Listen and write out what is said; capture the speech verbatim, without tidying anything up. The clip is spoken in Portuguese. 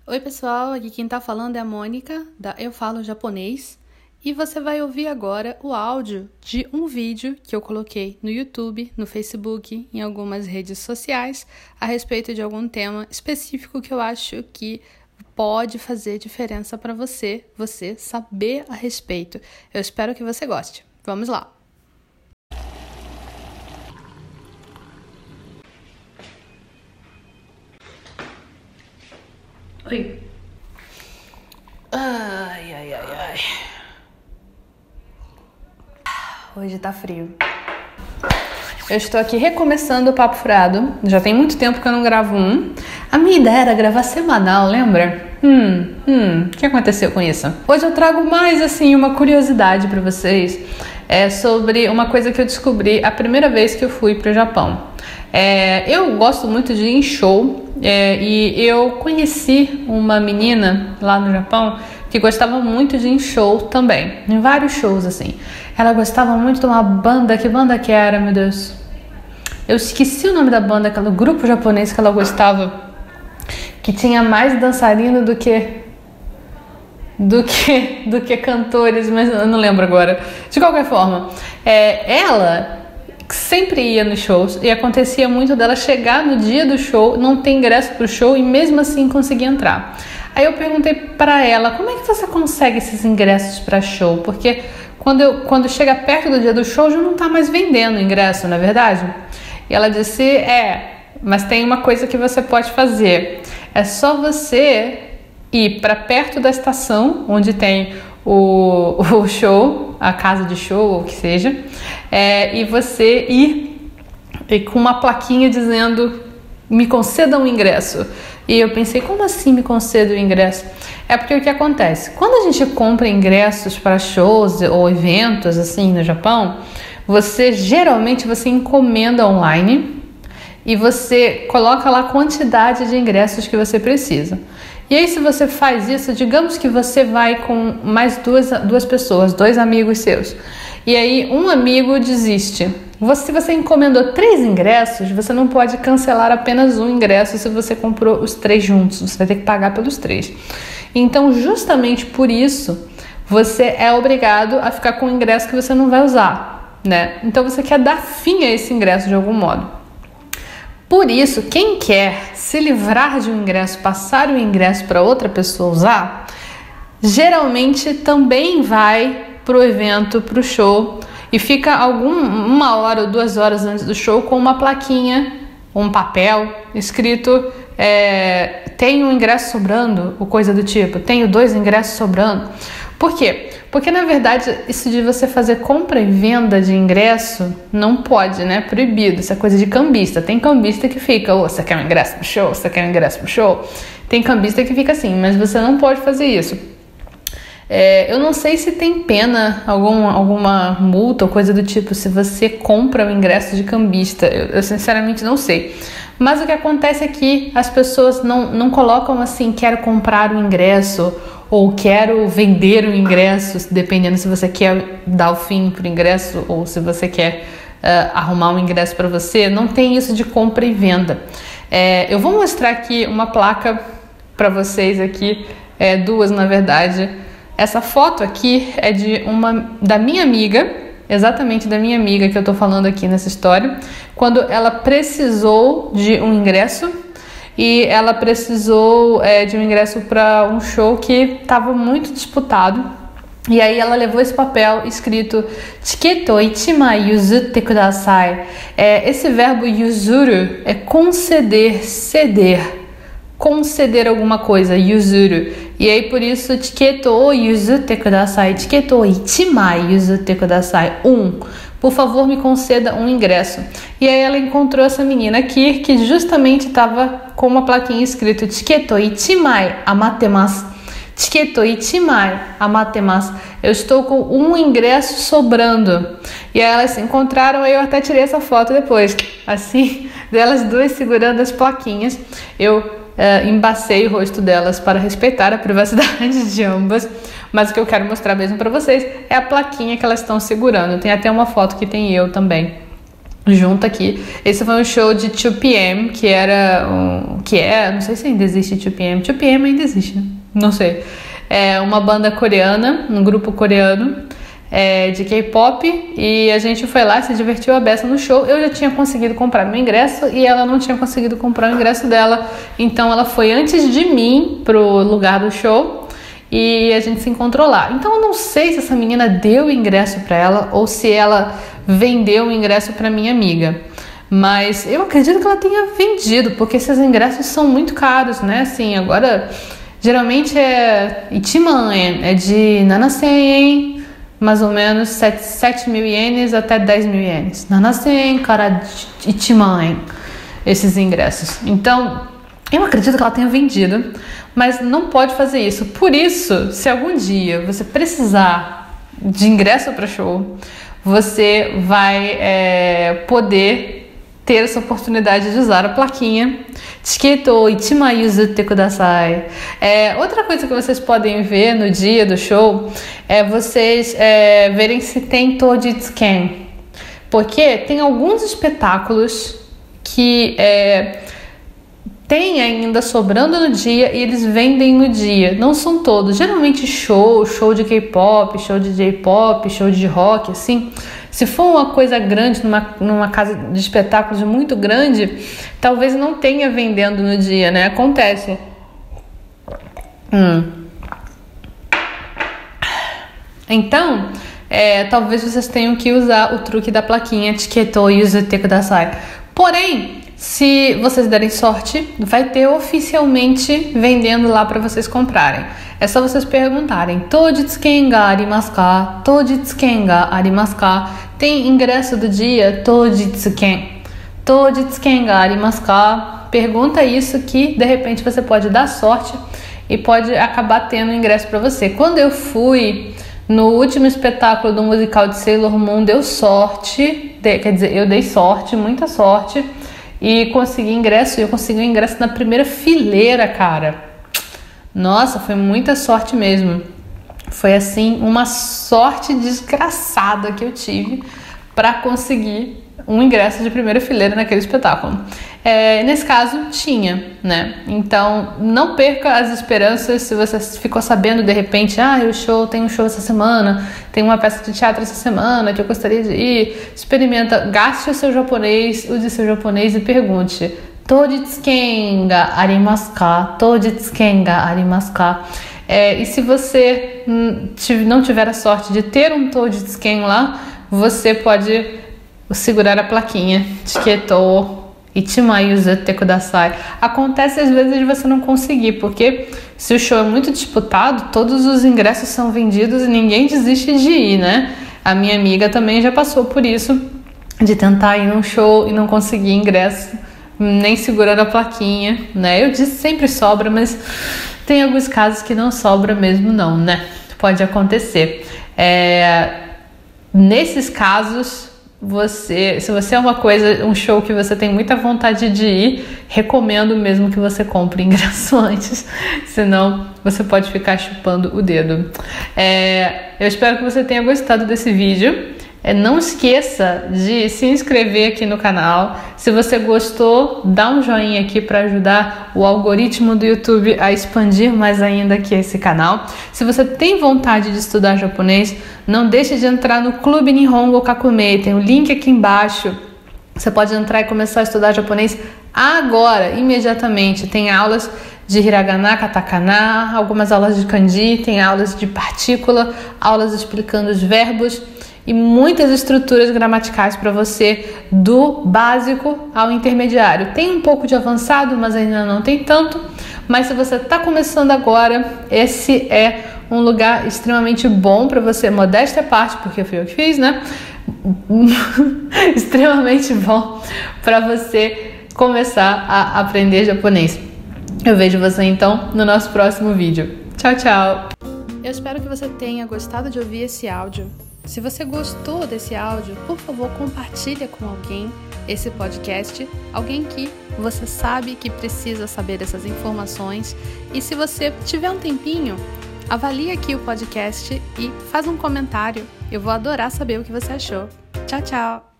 Oi pessoal, aqui quem tá falando é a Mônica, da Eu Falo Japonês, e você vai ouvir agora o áudio de um vídeo que eu coloquei no YouTube, no Facebook, em algumas redes sociais, a respeito de algum tema específico que eu acho que pode fazer diferença para você, você saber a respeito. Eu espero que você goste. Vamos lá! Oi. Ai, ai, ai, ai. Hoje tá frio. Eu estou aqui recomeçando o Papo Furado. Já tem muito tempo que eu não gravo um. A minha ideia era gravar semanal, lembra? Hum, hum, o que aconteceu com isso? Hoje eu trago mais, assim, uma curiosidade pra vocês. É sobre uma coisa que eu descobri a primeira vez que eu fui pro Japão. É, eu gosto muito de ir em show. É, e eu conheci uma menina lá no Japão que gostava muito de ir em show também, em vários shows assim. Ela gostava muito de uma banda, que banda que era, meu Deus? Eu esqueci o nome da banda, aquele grupo japonês que ela gostava, que tinha mais dançarino do que do que do que cantores, mas eu não lembro agora. De qualquer forma, é, ela sempre ia nos shows e acontecia muito dela chegar no dia do show, não ter ingresso pro show e mesmo assim conseguir entrar. Aí eu perguntei pra ela, como é que você consegue esses ingressos pra show? Porque quando, eu, quando chega perto do dia do show já não tá mais vendendo ingresso, não é verdade? E ela disse, é, mas tem uma coisa que você pode fazer. É só você ir pra perto da estação onde tem o, o show, a casa de show, ou o que seja, é, e você ir, ir com uma plaquinha dizendo, me conceda um ingresso. E eu pensei, como assim me conceda o ingresso? É porque o que acontece? Quando a gente compra ingressos para shows ou eventos assim no Japão, você geralmente você encomenda online e você coloca lá a quantidade de ingressos que você precisa. E aí, se você faz isso, digamos que você vai com mais duas, duas pessoas, dois amigos seus. E aí, um amigo desiste. Você, se você encomendou três ingressos, você não pode cancelar apenas um ingresso se você comprou os três juntos. Você vai ter que pagar pelos três. Então, justamente por isso, você é obrigado a ficar com um ingresso que você não vai usar, né? Então, você quer dar fim a esse ingresso de algum modo. Por isso, quem quer se livrar de um ingresso, passar o ingresso para outra pessoa usar, geralmente também vai para o evento, para o show, e fica algum, uma hora ou duas horas antes do show com uma plaquinha, um papel escrito, é, tenho um ingresso sobrando, ou coisa do tipo, tenho dois ingressos sobrando. Por quê? Porque, na verdade, isso de você fazer compra e venda de ingresso não pode, né? Proibido. Isso é coisa de cambista. Tem cambista que fica, oh, você quer um ingresso pro show? Você quer um ingresso pro show? Tem cambista que fica assim, mas você não pode fazer isso. É, eu não sei se tem pena, algum, alguma multa ou coisa do tipo, se você compra o ingresso de cambista. Eu, eu sinceramente não sei. Mas o que acontece é que as pessoas não, não colocam assim, quero comprar o ingresso ou quero vender o ingresso, dependendo se você quer dar o fim pro ingresso ou se você quer uh, arrumar um ingresso para você. Não tem isso de compra e venda. É, eu vou mostrar aqui uma placa para vocês aqui, é, duas na verdade. Essa foto aqui é de uma da minha amiga, exatamente da minha amiga que eu tô falando aqui nessa história, quando ela precisou de um ingresso. E ela precisou é, de um ingresso para um show que estava muito disputado. E aí ela levou esse papel escrito Chiketo ichimai yuzute kudasai. É, esse verbo yuzuru é conceder, ceder. Conceder alguma coisa, yuzuru. E aí por isso, Chiketo o yuzute kudasai. Chiketo ichimai yuzute kudasai. Um. Por favor, me conceda um ingresso. E aí ela encontrou essa menina aqui, que justamente estava com uma plaquinha escrito Chiketo ichimai amatemasu. Chiketo ichimai amatemasu. Eu estou com um ingresso sobrando. E aí elas se encontraram, aí eu até tirei essa foto depois. Assim, delas duas segurando as plaquinhas. Eu Uh, embacei o rosto delas para respeitar a privacidade de ambas, mas o que eu quero mostrar mesmo para vocês é a plaquinha que elas estão segurando. Tem até uma foto que tem eu também. junto aqui. Esse foi um show de dois P M, que era um, que é, não sei se ainda existe dois P M. dois P M ainda existe, né? Não sei. É uma banda coreana, um grupo coreano é, de K-pop, e a gente foi lá, se divertiu a beça no show. Eu já tinha conseguido comprar meu ingresso e ela não tinha conseguido comprar o ingresso dela, então ela foi antes de mim pro lugar do show e a gente se encontrou lá. Então eu não sei se essa menina deu o ingresso para ela ou se ela vendeu o ingresso para minha amiga, mas eu acredito que ela tenha vendido, porque esses ingressos são muito caros, né? Assim, agora geralmente é Itiman, é de nanasen, mais ou menos sete mil ienes até dez mil ienes. nanasen cara Itiman, esses ingressos. Então eu acredito que ela tenha vendido, mas não pode fazer isso. Por isso, se algum dia você precisar de ingresso para show, você vai é, poder ter essa oportunidade de usar a plaquinha Chiketo ichima yuzute kudasai. É, outra coisa que vocês podem ver no dia do show é vocês é, verem se tem tojitsuken, porque tem alguns espetáculos que é, tem ainda sobrando no dia e eles vendem no dia. Não são todos. Geralmente show, show de K-pop, show de J-pop, show de rock, assim. Se for uma coisa grande, numa, numa casa de espetáculos muito grande, talvez não tenha vendendo no dia, né? Acontece. Hum. Então, é, talvez vocês tenham que usar o truque da plaquinha Chiketo yuzute kudasai. Porém, se vocês derem sorte, vai ter oficialmente vendendo lá para vocês comprarem. É só vocês perguntarem: Tojitsuken ga arimasu ka? Tojitsuken ga arimasu ka? Tem ingresso do dia? Tojitsuken. Tojitsuken ga arimasu ka? Pergunta isso que de repente você pode dar sorte e pode acabar tendo ingresso para você. Quando eu fui no último espetáculo do musical de Sailor Moon, deu sorte, de, quer dizer, eu dei sorte, muita sorte, e consegui ingresso, e eu consegui o ingresso na primeira fileira, cara. Nossa, foi muita sorte mesmo. Foi assim, uma sorte desgraçada que eu tive para conseguir um ingresso de primeira fileira naquele espetáculo. É, nesse caso, tinha, né? Então, não perca as esperanças. Se você ficou sabendo de repente, ah, o show, tem um show essa semana, tem uma peça de teatro essa semana que eu gostaria de ir, experimenta, gaste o seu japonês, use o seu japonês e pergunte: Tojitsuken ga arimasu ka? Tojitsuken ga arimasu ka? É, e se você hum, não tiver a sorte de ter um Tojitsuken lá, você pode segurar a plaquinha Chiketo ichima yuzute kudasai. Acontece às vezes de você não conseguir, porque se o show é muito disputado, todos os ingressos são vendidos e ninguém desiste de ir, né? A minha amiga também já passou por isso, de tentar ir num show e não conseguir ingresso, nem segurando a plaquinha, né? Eu disse sempre sobra, mas tem alguns casos que não sobra mesmo não, né? Pode acontecer. É, nesses casos, você, se você é uma coisa, um show que você tem muita vontade de ir, recomendo mesmo que você compre ingresso antes, senão você pode ficar chupando o dedo. É, eu espero que você tenha gostado desse vídeo. É, não esqueça de se inscrever aqui no canal. Se você gostou, dá um joinha aqui para ajudar o algoritmo do YouTube a expandir mais ainda aqui esse canal. Se você tem vontade de estudar japonês, não deixe de entrar no Clube Nihongo Kakumei. Tem o link aqui embaixo. Você pode entrar e começar a estudar japonês agora, imediatamente. Tem aulas de hiragana, katakana, algumas aulas de kanji, tem aulas de partícula, aulas explicando os verbos e muitas estruturas gramaticais para você, do básico ao intermediário. Tem um pouco de avançado, mas ainda não tem tanto. Mas se você está começando agora, esse é um lugar extremamente bom para você, modéstia à parte, porque fui eu que fiz, né? Extremamente bom para você começar a aprender japonês. Eu vejo você então no nosso próximo vídeo. Tchau, tchau! Eu espero que você tenha gostado de ouvir esse áudio. Se você gostou desse áudio, por favor, compartilha com alguém esse podcast, alguém que você sabe que precisa saber dessas informações. E se você tiver um tempinho, avalie aqui o podcast e faz um comentário. Eu vou adorar saber o que você achou. Tchau, tchau!